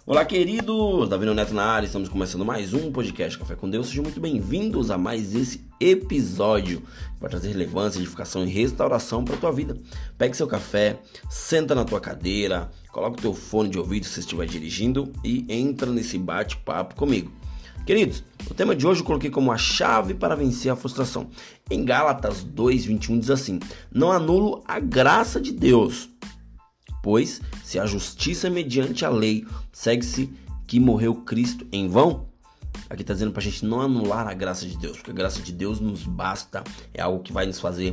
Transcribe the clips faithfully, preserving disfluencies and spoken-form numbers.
Olá, queridos! Davi Neto na área, estamos começando mais um podcast Café com Deus. Sejam muito bem-vindos a mais esse episódio que vai trazer relevância, edificação e restauração para a tua vida. Pegue seu café, senta na tua cadeira, coloca o teu fone de ouvido se você estiver dirigindo e entra nesse bate-papo comigo. Queridos, o tema de hoje eu coloquei como a chave para vencer a frustração. Em Gálatas dois, vinte e um diz assim: não anulo a graça de Deus, pois se a justiça é mediante a lei, segue-se que morreu Cristo em vão. Aqui está dizendo para a gente não anular a graça de Deus, porque a graça de Deus nos basta, é algo que vai nos fazer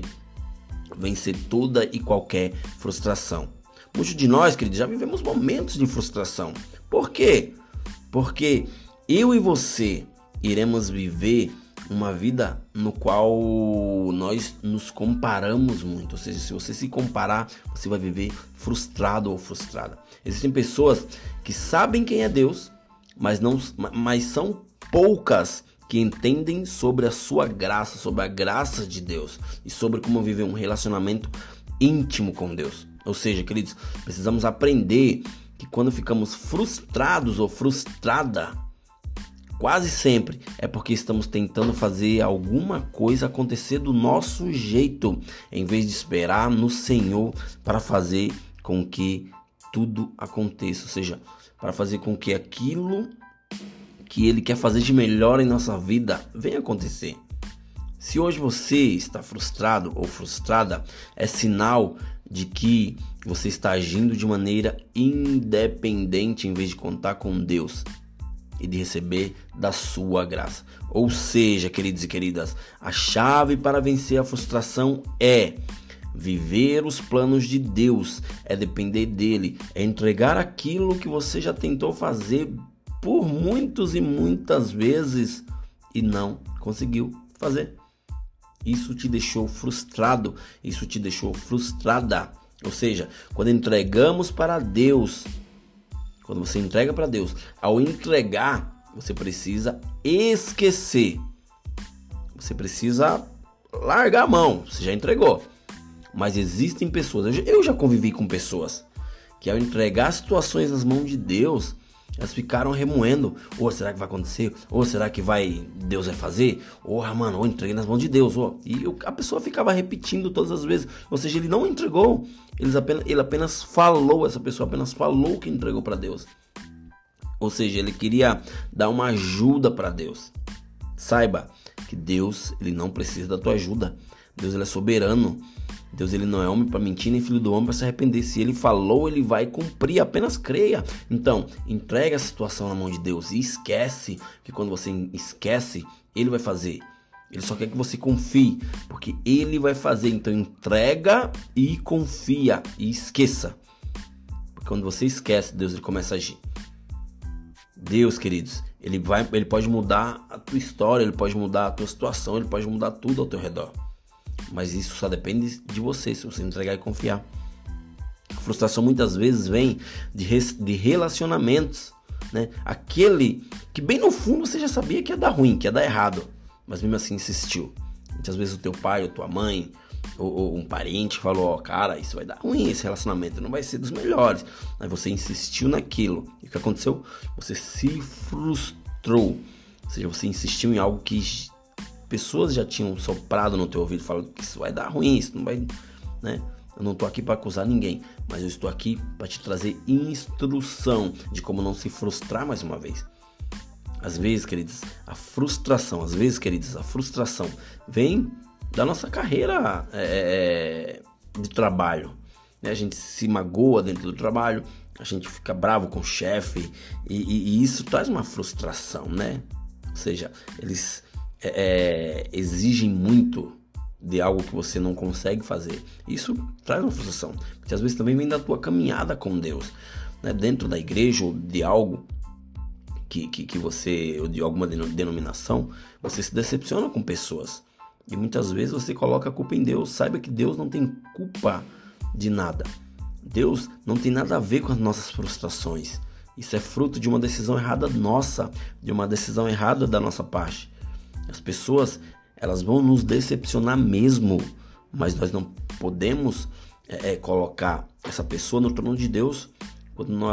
vencer toda e qualquer frustração. Muitos de nós, queridos, já vivemos momentos de frustração. Por quê? Porque eu e você iremos viver uma vida no qual nós nos comparamos muito. Ou seja, se você se comparar, você vai viver frustrado ou frustrada. Existem pessoas que sabem quem é Deus, mas, não, mas são poucas que entendem sobre a sua graça, sobre a graça de Deus e sobre como viver um relacionamento íntimo com Deus. Ou seja, queridos, precisamos aprender que quando ficamos frustrados ou frustrada, quase sempre é porque estamos tentando fazer alguma coisa acontecer do nosso jeito, em vez de esperar no Senhor para fazer com que tudo aconteça, ou seja, para fazer com que aquilo que Ele quer fazer de melhor em nossa vida venha acontecer. Se hoje você está frustrado ou frustrada, é sinal de que você está agindo de maneira independente em vez de contar com Deus e de receber da sua graça. Ou seja, queridos e queridas, a chave para vencer a frustração é viver os planos de Deus, é depender dele, é entregar aquilo que você já tentou fazer por muitos e muitas vezes e não conseguiu fazer. Isso te deixou frustrado, isso te deixou frustrada. Ou seja, quando entregamos para Deus, quando você entrega para Deus, ao entregar, você precisa esquecer. Você precisa largar a mão, você já entregou. Mas existem pessoas, eu já convivi com pessoas que ao entregar situações nas mãos de Deus, elas ficaram remoendo. Ou será que vai acontecer? Ou será que vai Deus vai fazer? Ou, oh, mano, eu entreguei nas mãos de Deus. Oh. E a pessoa ficava repetindo todas as vezes. Ou seja, ele não entregou. Ele apenas, ele apenas falou, essa pessoa apenas falou que entregou para Deus. Ou seja, ele queria dar uma ajuda para Deus. Saiba que Deus, ele não precisa da tua ajuda. Deus, ele é soberano. Deus, ele não é homem para mentir, nem filho do homem para se arrepender. Se ele falou, ele vai cumprir, apenas creia. Então, entrega a situação na mão de Deus e esquece que quando você esquece, ele vai fazer. Ele só quer que você confie, porque ele vai fazer. Então, entrega e confia e esqueça. Porque quando você esquece, Deus, ele começa a agir. Deus, queridos, ele, vai, ele pode mudar a tua história, ele pode mudar a tua situação, ele pode mudar tudo ao teu redor. Mas isso só depende de você, se você entregar e confiar. A frustração muitas vezes vem de, res, de relacionamentos, né? Aquele que bem no fundo você já sabia que ia dar ruim, que ia dar errado, mas mesmo assim insistiu. Muitas vezes o teu pai ou tua mãe ou, ou um parente falou, ó, oh, cara, isso vai dar ruim, esse relacionamento não vai ser dos melhores. Aí você insistiu naquilo. E o que aconteceu? Você se frustrou. Ou seja, você insistiu em algo que pessoas já tinham soprado no teu ouvido falando que isso vai dar ruim, isso não vai, né? Eu não tô aqui para acusar ninguém, mas eu estou aqui para te trazer instrução de como não se frustrar mais uma vez. Às vezes, queridos, a frustração, às vezes, queridos, a frustração vem da nossa carreira é, de trabalho, né? A gente se magoa dentro do trabalho, a gente fica bravo com o chefe e, e, e isso traz uma frustração, né? Ou seja, eles É, exigem muito de algo que você não consegue fazer. Isso traz uma frustração, porque às vezes também vem da tua caminhada com Deus, né? Dentro da igreja ou de algo que, que, que você, ou de alguma denominação, você se decepciona com pessoas e muitas vezes você coloca a culpa em Deus. Saiba que Deus não tem culpa de nada. Deus não tem nada a ver com as nossas frustrações. Isso é fruto de uma decisão errada nossa, de uma decisão errada da nossa parte. As pessoas, elas vão nos decepcionar mesmo, mas nós não podemos é, é, colocar essa pessoa no trono de Deus quando nós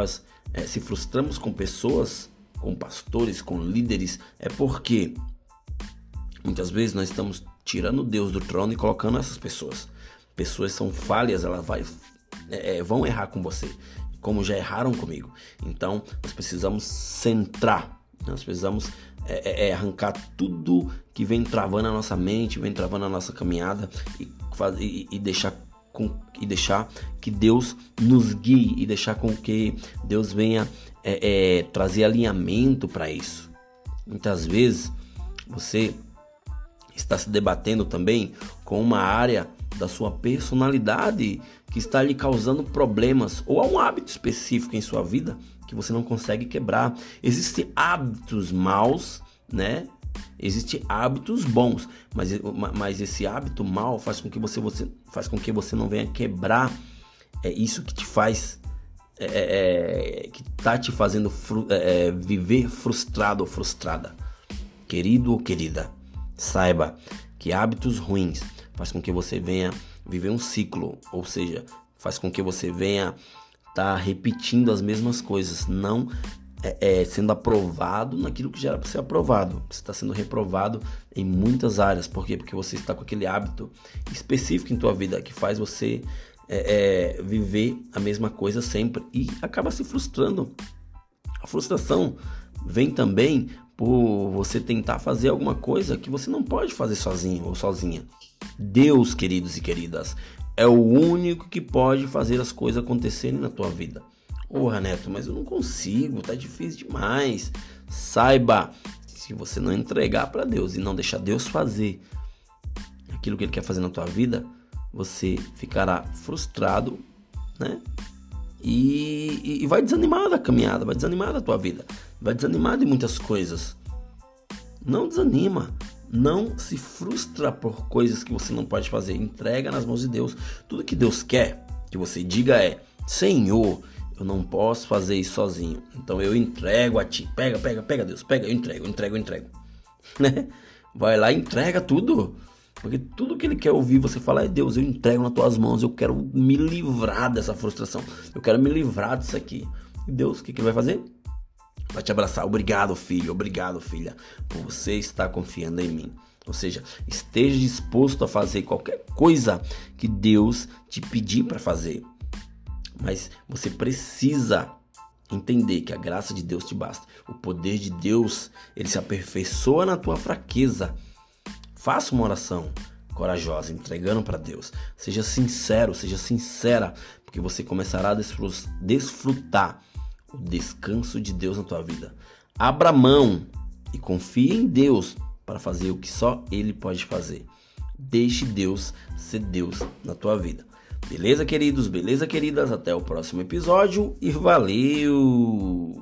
é, se frustramos com pessoas, com pastores, com líderes, é porque muitas vezes nós estamos tirando Deus do trono e colocando essas pessoas. Pessoas são falhas, elas vai, é, vão errar com você, como já erraram comigo. Então, nós precisamos centrar, nós precisamos é, é, arrancar tudo que vem travando a nossa mente, vem travando a nossa caminhada e, e, e, deixar, com, e deixar que Deus nos guie e deixar com que Deus venha é, é, trazer alinhamento para isso. Muitas vezes, você está se debatendo também com uma área da sua personalidade que está lhe causando problemas, ou há um hábito específico em sua vida que você não consegue quebrar. Existem hábitos maus, né? Existem hábitos bons, mas, mas esse hábito mau faz com que você, você, faz com que você não venha quebrar é isso que te faz, é, é, que está te fazendo fru, é, viver frustrado ou frustrada. Querido ou querida, saiba que hábitos ruins faz com que você venha viver um ciclo, ou seja, faz com que você venha estar tá repetindo as mesmas coisas, não é, é, sendo aprovado naquilo que já era para ser aprovado. Você está sendo reprovado em muitas áreas. Por quê? Porque você está com aquele hábito específico em tua vida que faz você é, é, viver a mesma coisa sempre e acaba se frustrando. A frustração vem também por você tentar fazer alguma coisa que você não pode fazer sozinho ou sozinha. Deus, queridos e queridas, é o único que pode fazer as coisas acontecerem na tua vida. Porra, Neto, mas eu não consigo, tá difícil demais. Saiba, se você não entregar para Deus e não deixar Deus fazer aquilo que Ele quer fazer na tua vida, você ficará frustrado, né? E, e, e vai desanimar da caminhada, vai desanimar da tua vida, vai desanimar de muitas coisas. Não desanima, não se frustra por coisas que você não pode fazer. Entrega nas mãos de Deus. Tudo que Deus quer que você diga é: Senhor, eu não posso fazer isso sozinho, então eu entrego a ti. Pega, pega, pega, Deus, pega, eu entrego, eu entrego, eu entrego. Né? Vai lá e entrega tudo. Porque tudo que Ele quer ouvir você falar é: Deus, eu entrego nas tuas mãos, eu quero me livrar dessa frustração, eu quero me livrar disso aqui. E Deus, o que, que Ele vai fazer? Vai te abraçar. Obrigado, filho, obrigado, filha, por você estar confiando em mim. Ou seja, esteja disposto a fazer qualquer coisa que Deus te pedir para fazer. Mas você precisa entender que a graça de Deus te basta. O poder de Deus, Ele se aperfeiçoa na tua fraqueza. Faça uma oração corajosa, entregando para Deus. Seja sincero, seja sincera, porque você começará a desfrutar o descanso de Deus na tua vida. Abra mão e confie em Deus para fazer o que só Ele pode fazer. Deixe Deus ser Deus na tua vida. Beleza, queridos? Beleza, queridas? Até o próximo episódio e valeu!